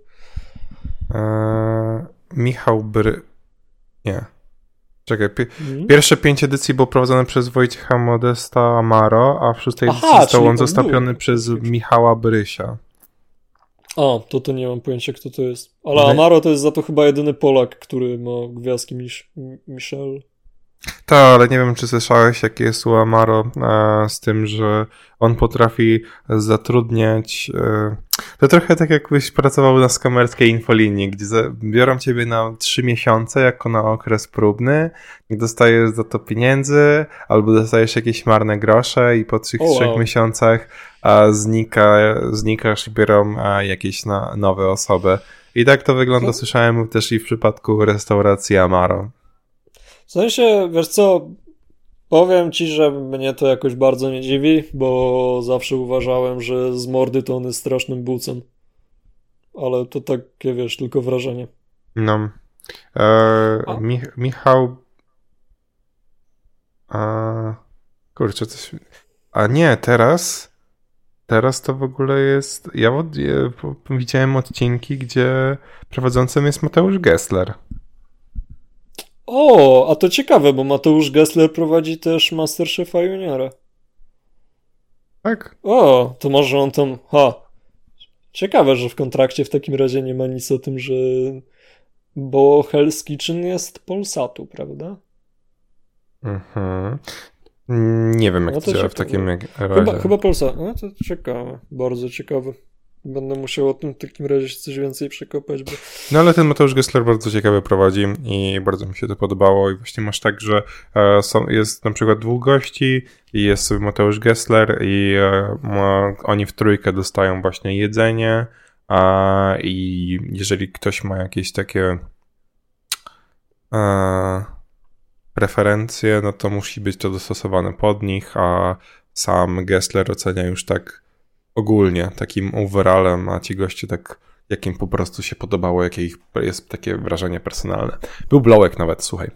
Michał Nie. Czekaj, pierwsze 5 edycji było prowadzone przez Wojciecha Modesta Amaro, a w 6. edycji został on zastąpiony przez Michała Brysia. A, to nie mam pojęcia, kto to jest. Ale Amaro to jest za to chyba jedyny Polak, który ma gwiazdki Michel. Tak, ale nie wiem, czy słyszałeś, jakie jest u Amaro z tym, że on potrafi zatrudniać... To trochę tak, jakbyś pracował na skamerskiej infolinii, gdzie biorą ciebie na 3 miesiące jako na okres próbny, nie dostajesz za to pieniędzy, albo dostajesz jakieś marne grosze i po 3 miesiącach znikasz i biorą jakieś nowe osoby. I tak to wygląda, słyszałem też i w przypadku restauracji Amaro. W sensie, wiesz co, powiem ci, że mnie to jakoś bardzo nie dziwi, bo zawsze uważałem, że z mordy to on jest strasznym bucem. Ale to takie, wiesz, tylko wrażenie. No. Michał... Kurczę, coś... A nie, teraz to w ogóle jest... Ja widziałem odcinki, gdzie prowadzącym jest Mateusz Gessler. O, a to ciekawe, bo Mateusz Gessler prowadzi też Masterchefa Juniora. Tak? O, to może on tam... Ciekawe, że w kontrakcie w takim razie nie ma nic o tym, że... Bo Hell's Kitchen jest Polsatu, prawda? Mhm. Nie wiem, jak to działa w takim razie. Chyba Polsat. No to ciekawe, bardzo ciekawe. Będę musiał o tym w takim razie coś więcej przekopać, bo... No ale ten Mateusz Gessler bardzo ciekawie prowadzi i bardzo mi się to podobało i właśnie masz tak, że jest na przykład 2 gości i jest sobie Mateusz Gessler i oni w trójkę dostają właśnie jedzenie i jeżeli ktoś ma jakieś takie preferencje, no to musi być to dostosowane pod nich, a sam Gessler ocenia już tak ogólnie, takim overallem, a ci goście tak, jakim po prostu się podobało, jakie ich jest takie wrażenie personalne. Był Blołek nawet, słuchaj.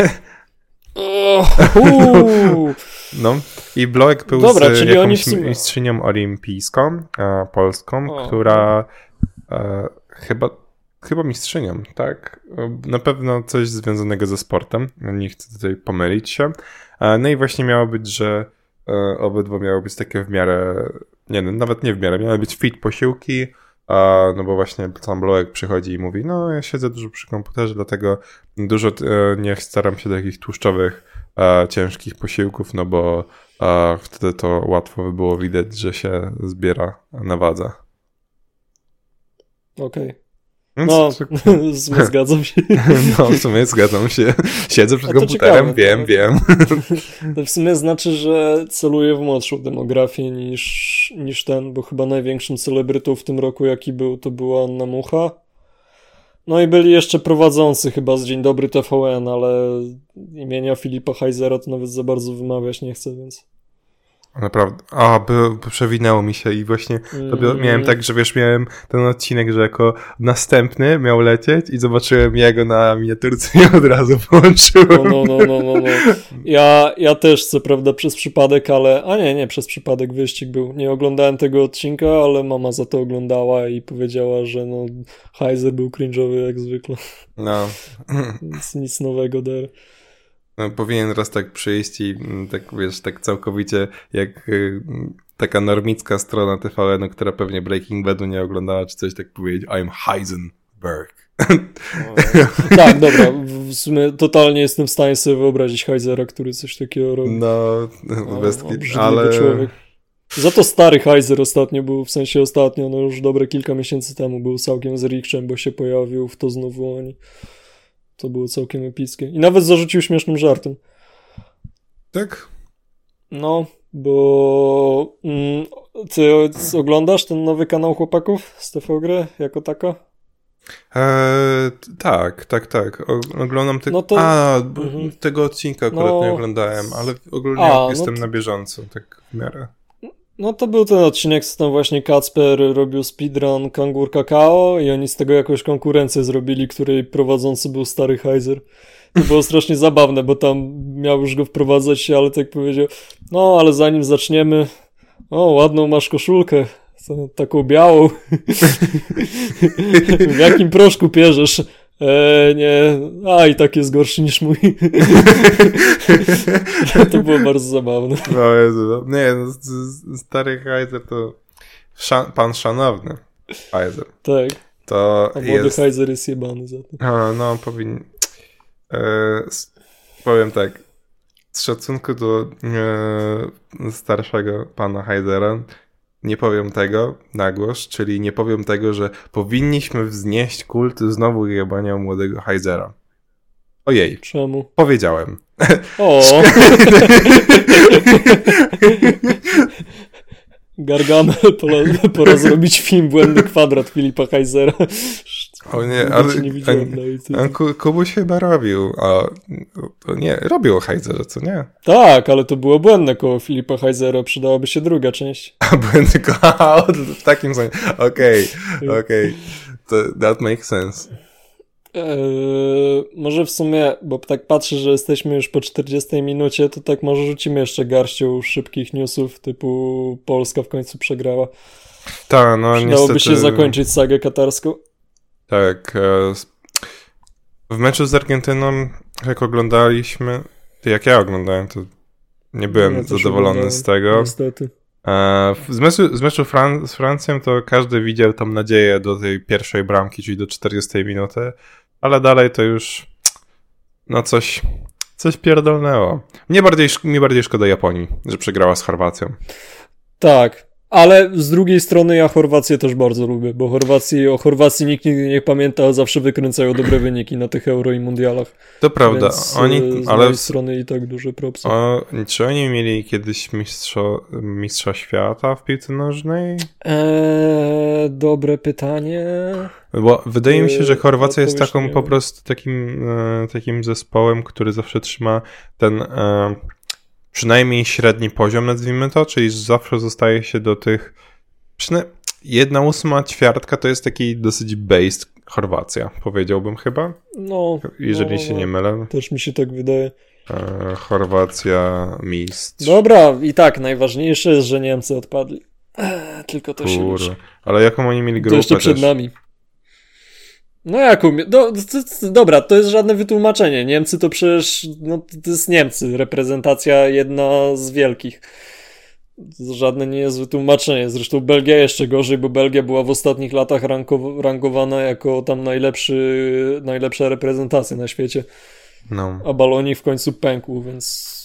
No i Blołek był z jakąś mistrzynią olimpijską, polską, która chyba mistrzynią, tak? Na pewno coś związanego ze sportem, nie chcę tutaj pomylić się. No i właśnie miało być, że obydwa miały być takie w miarę, nie wiem, nawet nie w miarę, miały być fit posiłki, no bo właśnie sam Blołek przychodzi i mówi, no ja siedzę dużo przy komputerze, dlatego dużo nie staram się do jakichś tłuszczowych, ciężkich posiłków, no bo wtedy to łatwo by było widać, że się zbiera na wadze. Okej. No, w sumie zgadzam się. No, w sumie zgadzam się. Siedzę przed komputerem, ciekawe, wiem. To w sumie znaczy, że celuję w młodszą demografię niż ten, bo chyba największym celebrytą w tym roku, jaki był, to była Anna Mucha. No i byli jeszcze prowadzący chyba z Dzień Dobry TVN, ale imienia Filipa Heisera to nawet za bardzo wymawiać nie chcę, więc... Naprawdę. Przewinęło mi się i właśnie miałem tak, że wiesz, miałem ten odcinek, że jako następny miał lecieć i zobaczyłem jego na miniaturce i od razu połączyłem. No. Ja też, co prawda przez przypadek, ale... nie, przez przypadek wyścig był. Nie oglądałem tego odcinka, ale mama za to oglądała i powiedziała, że Heiser był cringe'owy jak zwykle. No. Więc nic nowego der. No, powinien raz tak przyjść i tak, wiesz, tak całkowicie jak taka normicka strona TVN-u, która pewnie Breaking Badu nie oglądała, czy coś tak powiedzieć, I'm Heisenberg. Tak, dobra, w sumie totalnie jestem w stanie sobie wyobrazić Heizera, który coś takiego robi. No, ale... człowiek. Za to stary Heizer ostatnio był, w sensie ostatnio, no już dobre kilka miesięcy temu był całkiem z rikczem, bo się pojawił w To znowu oni. To było całkiem epickie. I nawet zarzucił śmiesznym żartem. Tak? No, bo ty oglądasz ten nowy kanał chłopaków z TV-gry jako taka? Tak. Oglądam tylko... tego odcinka akurat nie oglądałem, ale ogólnie jestem na bieżąco, tak w miarę. No to był ten odcinek, co tam właśnie Kacper robił speedrun Kangur Kakao i oni z tego jakąś konkurencję zrobili, której prowadzący był stary Heizer. To było strasznie zabawne, bo tam miał już go wprowadzać, ale tak powiedział, no ale zanim zaczniemy, ładną masz koszulkę, taką białą. W jakim proszku pierzesz? Nie, i tak jest gorszy niż mój. To było bardzo zabawne. No Jezu, stary Heizer to pan szanowny Heizer. Tak. To a młody Heizer jest jebany za to. No, powinien. Powiem tak, z szacunku do starszego pana Heizera nie powiem tego na głos, czyli nie powiem tego, że powinniśmy wznieść kult znowu jebania młodego Heizera. Ojej. Czemu? Powiedziałem. O. Gargamel, pora zrobić film Błędny Kwadrat Filipa Heizera. O nie, ale nie widziałem Kubuś chyba robił. Robił o Heizerze, co nie? Tak, ale to było błędne koło Filipa Heizera, przydałaby się druga część. Błędny w takim sensie. Okej. That makes sense. Może w sumie, bo tak patrzę, że jesteśmy już po 40 minucie, to tak może rzucimy jeszcze garścią szybkich newsów, typu Polska w końcu przegrała. Tak, no Przydałoby niestety... się zakończyć sagę katarską. Tak. W meczu z Argentyną, jak oglądaliśmy, jak ja oglądałem, to nie byłem zadowolony z tego. Niestety. Z meczu z Francją to każdy widział tam nadzieję do tej pierwszej bramki, czyli do 40 minuty, ale dalej to już coś pierdolnęło. Mnie bardziej szkoda Japonii, że przegrała z Chorwacją. Tak, ale z drugiej strony ja Chorwację też bardzo lubię, bo o Chorwacji nikt nigdy nie pamięta, a zawsze wykręcają dobre wyniki na tych Euro i Mundialach. To prawda. Więc z mojej strony i tak duże propsy. Czy oni mieli kiedyś mistrza świata w piłce nożnej? Dobre pytanie. Bo wydaje mi się, że Chorwacja jest taką po prostu takim zespołem, który zawsze trzyma ten przynajmniej średni poziom, nazwijmy to, czyli zawsze zostaje się do tych 1/8 ćwiartka to jest taki dosyć based Chorwacja, powiedziałbym chyba. No. Jeżeli się nie mylę. Też mi się tak wydaje. Chorwacja mistrz. Dobra, i tak, najważniejsze jest, że Niemcy odpadli. Tylko to się liczy. Ale jaką oni mieli grupę to jeszcze przed też? nami. No jaką? Dobra, to jest żadne wytłumaczenie. Niemcy to przecież, to jest Niemcy. Reprezentacja jedna z wielkich. Żadne nie jest wytłumaczenie. Zresztą Belgia jeszcze gorzej, bo Belgia była w ostatnich latach rankowana jako tam najlepsza reprezentacja na świecie. No. A balonik w końcu pękł, więc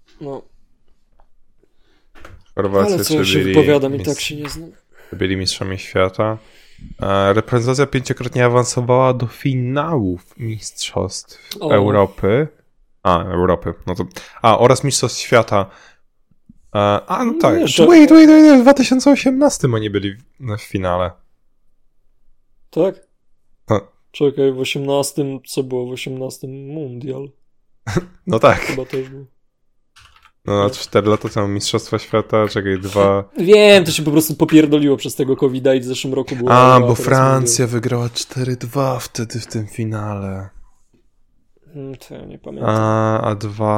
Chorwacja, ale co ja się wypowiadam i tak się nie znam. Byli mistrzami świata. Reprezentacja 5-krotnie awansowała do finałów mistrzostw Europy. Europy. No to, oraz mistrzostw świata. No tak. Wait, w 2018 oni byli w finale. Tak? No. Czekaj, w 18 co było? W 18 Mundial. No tak. Chyba też był. No 4 lata temu mistrzostwa świata, 2... Wiem, to się po prostu popierdoliło przez tego COVID-a i w zeszłym roku było... bo Francja wygrała 4-2 wtedy w tym finale. To ja nie pamiętam. A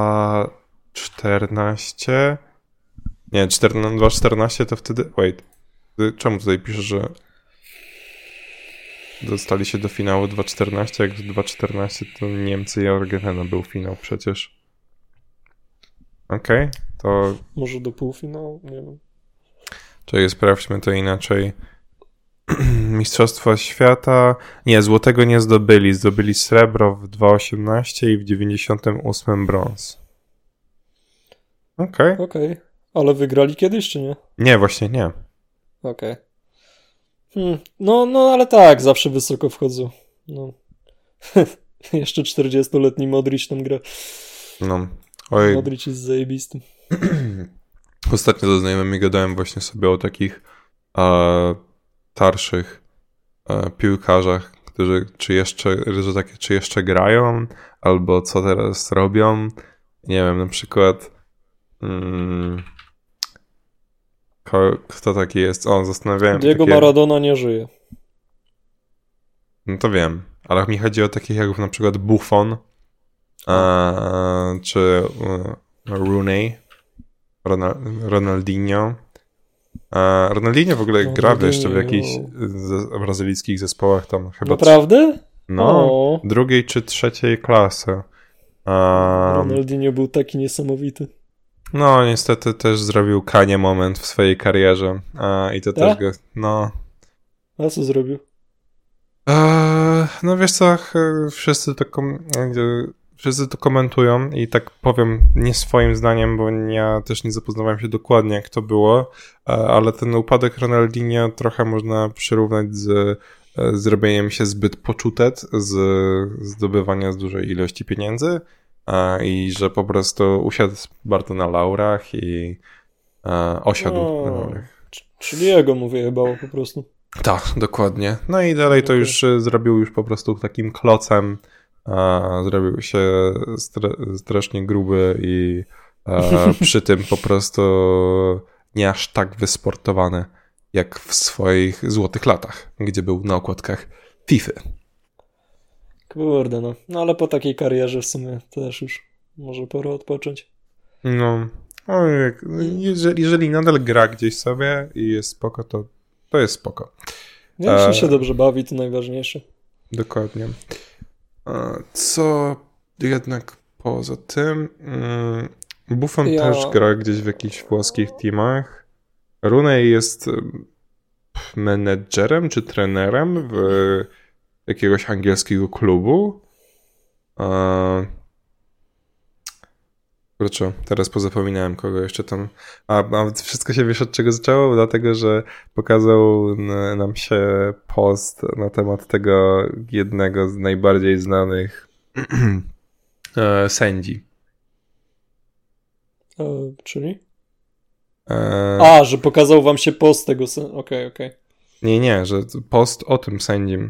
2-14... Nie, 2-14 to wtedy... Wait. Czemu tutaj pisze, że dostali się do finału 2-14, jak 2-14 to Niemcy i Argentyna był finał przecież. Okej, to... Może do półfinału? Nie wiem. Czyli sprawdźmy to inaczej. Mistrzostwa Świata. Nie, złotego nie zdobyli. Zdobyli srebro w 2018 i w 98 brąz. Okej. Ale wygrali kiedyś, czy nie? Nie, właśnie nie. Okej. No, ale tak, zawsze wysoko wchodzą. No. Jeszcze 40-letni Modric tam gra. No. Oj. Modric jest zajebistym. Ostatnio ze znajomymi gadałem właśnie sobie o takich starszych piłkarzach, którzy czy jeszcze grają, albo co teraz robią. Nie wiem, na przykład kto taki jest? O, zastanawiałem się. Diego Maradona nie żyje. No to wiem, ale mi chodzi o takich jak na przykład Buffon czy Rooney, Ronaldinho. Ronaldinho w ogóle gra jeszcze w jakichś brazylijskich zespołach tam chyba. Naprawdę? No, drugiej czy trzeciej klasy. Ronaldinho był taki niesamowity. No, niestety też zrobił Kanie moment w swojej karierze. I to też go. No. A co zrobił? No wiesz co, wszyscy to komentują i tak powiem nie swoim zdaniem, bo ja też nie zapoznawałem się dokładnie jak to było, ale ten upadek Ronaldinho trochę można przyrównać z zrobieniem się zbyt poczutet, z zdobywania z dużej ilości pieniędzy i że po prostu usiadł bardzo na laurach i osiadł na laurach. Czyli jego mu wyjebało po prostu. Tak, dokładnie. No i dalej to już zrobił już po prostu takim klocem. Zrobił się strasznie gruby i przy tym po prostu nie aż tak wysportowany jak w swoich złotych latach, gdzie był na okładkach FIFA. Kurde, no ale po takiej karierze w sumie też już może pora odpocząć. No, jeżeli nadal gra gdzieś sobie i jest spoko, to jest spoko. Jeśli się dobrze bawi, to najważniejsze. Dokładnie. Co jednak poza tym, Buffon też gra gdzieś w jakichś włoskich teamach. Rooney jest menedżerem czy trenerem w jakiegoś angielskiego klubu. Kurczę, teraz pozapominałem kogo jeszcze tam. A wszystko się wiesz od czego zaczęło? Dlatego, że pokazał nam się post na temat tego jednego z najbardziej znanych sędzi. Czyli? Że pokazał wam się post tego Okej. Nie, że post o tym sędzim.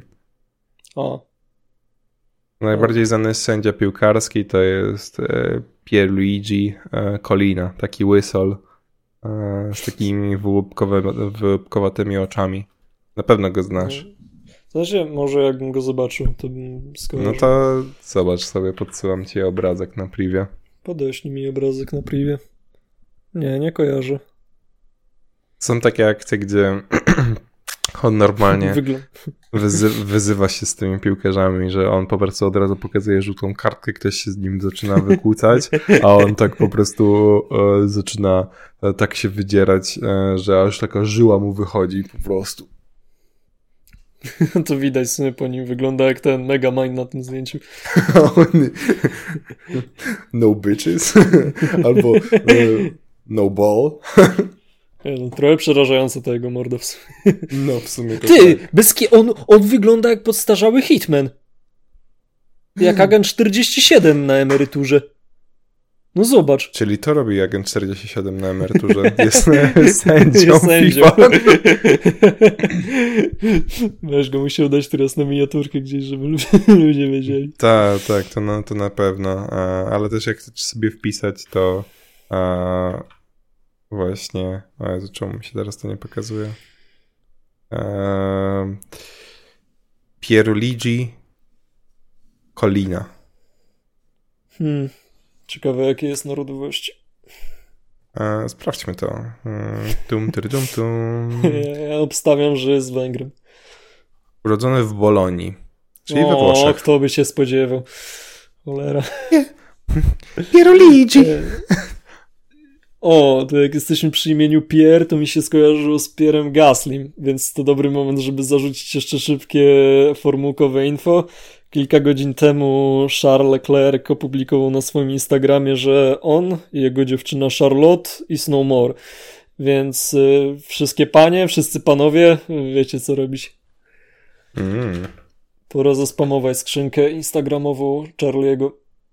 Najbardziej znany sędzia piłkarski to jest Pierluigi Collina, taki łysol z takimi wyłupkowatymi oczami. Na pewno go znasz. Znaczy, może jakbym go zobaczył, to bym skojarzył. No to zobacz sobie, podsyłam ci obrazek na privie. Podeślij mi obrazek na privie. Nie kojarzę. Są takie akcje, gdzie on normalnie wyzywa się z tymi piłkarzami, że on po prostu od razu pokazuje żółtą kartkę, ktoś się z nim zaczyna wykłócać, a on tak po prostu zaczyna tak się wydzierać, że aż taka żyła mu wychodzi po prostu. To widać sobie po nim, wygląda jak ten Megamind na tym zdjęciu. No bitches. Albo no ball. Trochę przerażające to jego morda w sumie. No w sumie to Ty, tak. On wygląda jak podstarzały Hitman. Jak agent 47 na emeryturze. No zobacz. Czyli to robi agent 47 na emeryturze. Jest sędzią. Jest sędzią. Weź go, musiał dać teraz na miniaturkę gdzieś, żeby ludzie wiedzieli. Tak, to na pewno. Ale też jak chcesz sobie wpisać, to właśnie... O Jezu, czemu mi się teraz to nie pokazuje? Pierluigi Collina. Ciekawe, jakie jest narodowości. Sprawdźmy to. Tum. Ja obstawiam, że jest Węgrem. Urodzony w Bolonii, czyli we Włoszech. Kto by się spodziewał. Cholera. Pierluigi. O, to jak jesteśmy przy imieniu Pierre, to mi się skojarzyło z Pierrem Gaslim, więc to dobry moment, żeby zarzucić jeszcze szybkie formułkowe info. Kilka godzin temu Charles Leclerc opublikował na swoim Instagramie, że on i jego dziewczyna Charlotte is no more. Więc wszystkie panie, wszyscy panowie, wiecie co robić. Pora zaspamować skrzynkę instagramową Charlie'ego.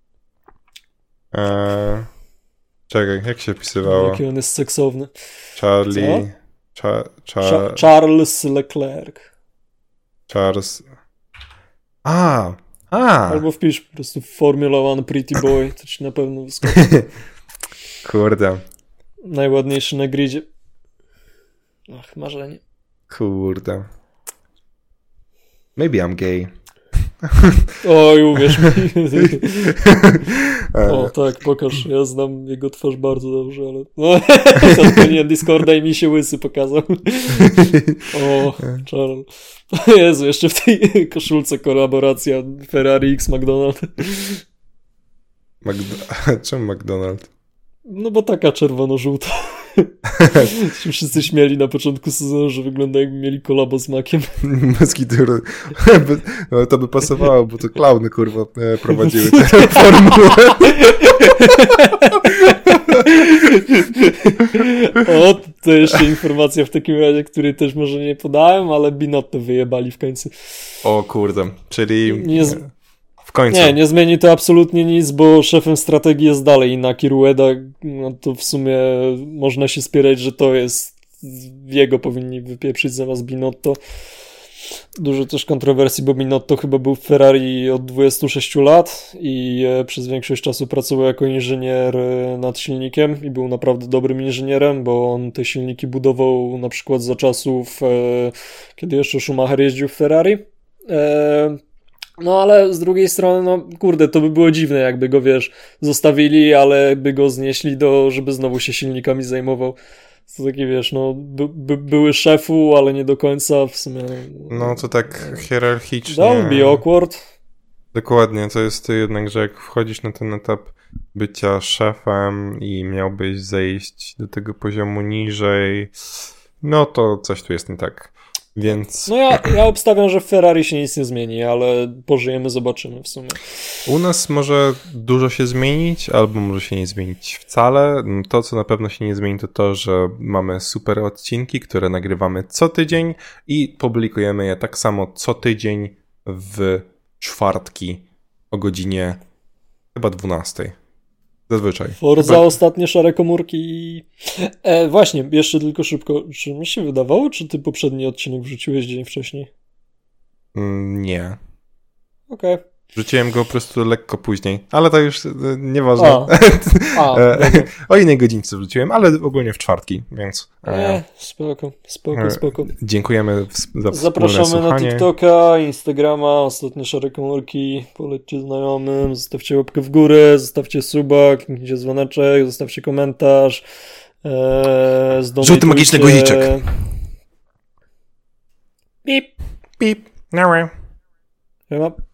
Czekaj, jak się wpisywało? Jaki on jest seksowny. Charlie... Charles Leclerc. Charles... Albo wpisz po prostu Formula One Pretty Boy, to ci na pewno wyskoczy. Kurde. Najładniejszy na gridzie. Ach, marzenie. Kurde. Maybe I'm gay. Oj, uwierz mi. O, tak, pokaż. Ja znam jego twarz bardzo dobrze, ale... No, zadzwoniłem Discorda i mi się łysy pokazał. O, Charles. Jezu, jeszcze w tej koszulce kolaboracja Ferrari x McDonald. Czemu McDonald? No bo taka czerwono-żółta. Się wszyscy śmieli na początku sezonu, że wygląda jakby mieli kolabo z Makiem. Moskitur. No, to by pasowało, bo to klauny, kurwa, prowadziły tę formułę. O, to jeszcze informacja w takim razie, której też może nie podałem, ale Binotto wyjebali w końcu. O kurde, czyli... W końcu. Nie zmieni to absolutnie nic, bo szefem strategii jest dalej Inaki Rueda, no to w sumie można się spierać, że to jest jego powinni wypieprzyć zamiast Binotto. Dużo też kontrowersji, bo Binotto chyba był w Ferrari od 26 lat i przez większość czasu pracował jako inżynier nad silnikiem i był naprawdę dobrym inżynierem, bo on te silniki budował na przykład za czasów, kiedy jeszcze Schumacher jeździł w Ferrari. No ale z drugiej strony, no kurde, to by było dziwne, jakby go, wiesz, zostawili, ale by go znieśli żeby znowu się silnikami zajmował. To takie, wiesz, no, były szefu, ale nie do końca w sumie. No to tak hierarchicznie. That would be awkward. Dokładnie, to jest jednak, że jak wchodzisz na ten etap bycia szefem i miałbyś zejść do tego poziomu niżej, no to coś tu jest nie tak. Więc... No ja obstawiam, że w Ferrari się nic nie zmieni, ale pożyjemy, zobaczymy w sumie. U nas może dużo się zmienić, albo może się nie zmienić wcale. To, co na pewno się nie zmieni, to to, że mamy super odcinki, które nagrywamy co tydzień i publikujemy je tak samo co tydzień w czwartki o godzinie chyba 12. Zazwyczaj. Forza, ostatnie szare komórki. Właśnie, jeszcze tylko szybko. Czy mi się wydawało, czy ty poprzedni odcinek wrzuciłeś dzień wcześniej? Nie. Okej. Wrzuciłem go po prostu lekko później, ale to już nieważne. O innej godzince wrzuciłem, ale ogólnie w czwartki, więc... Spoko. Dziękujemy za Zapraszamy wspólne słuchanie. na TikToka, Instagrama, ostatnie szare komórki. Polećcie znajomym, zostawcie łapkę w górę, zostawcie suba, kliknijcie dzwoneczek, zostawcie komentarz. Żółty magiczny guziczek. Pip. Pip. No. Chyba.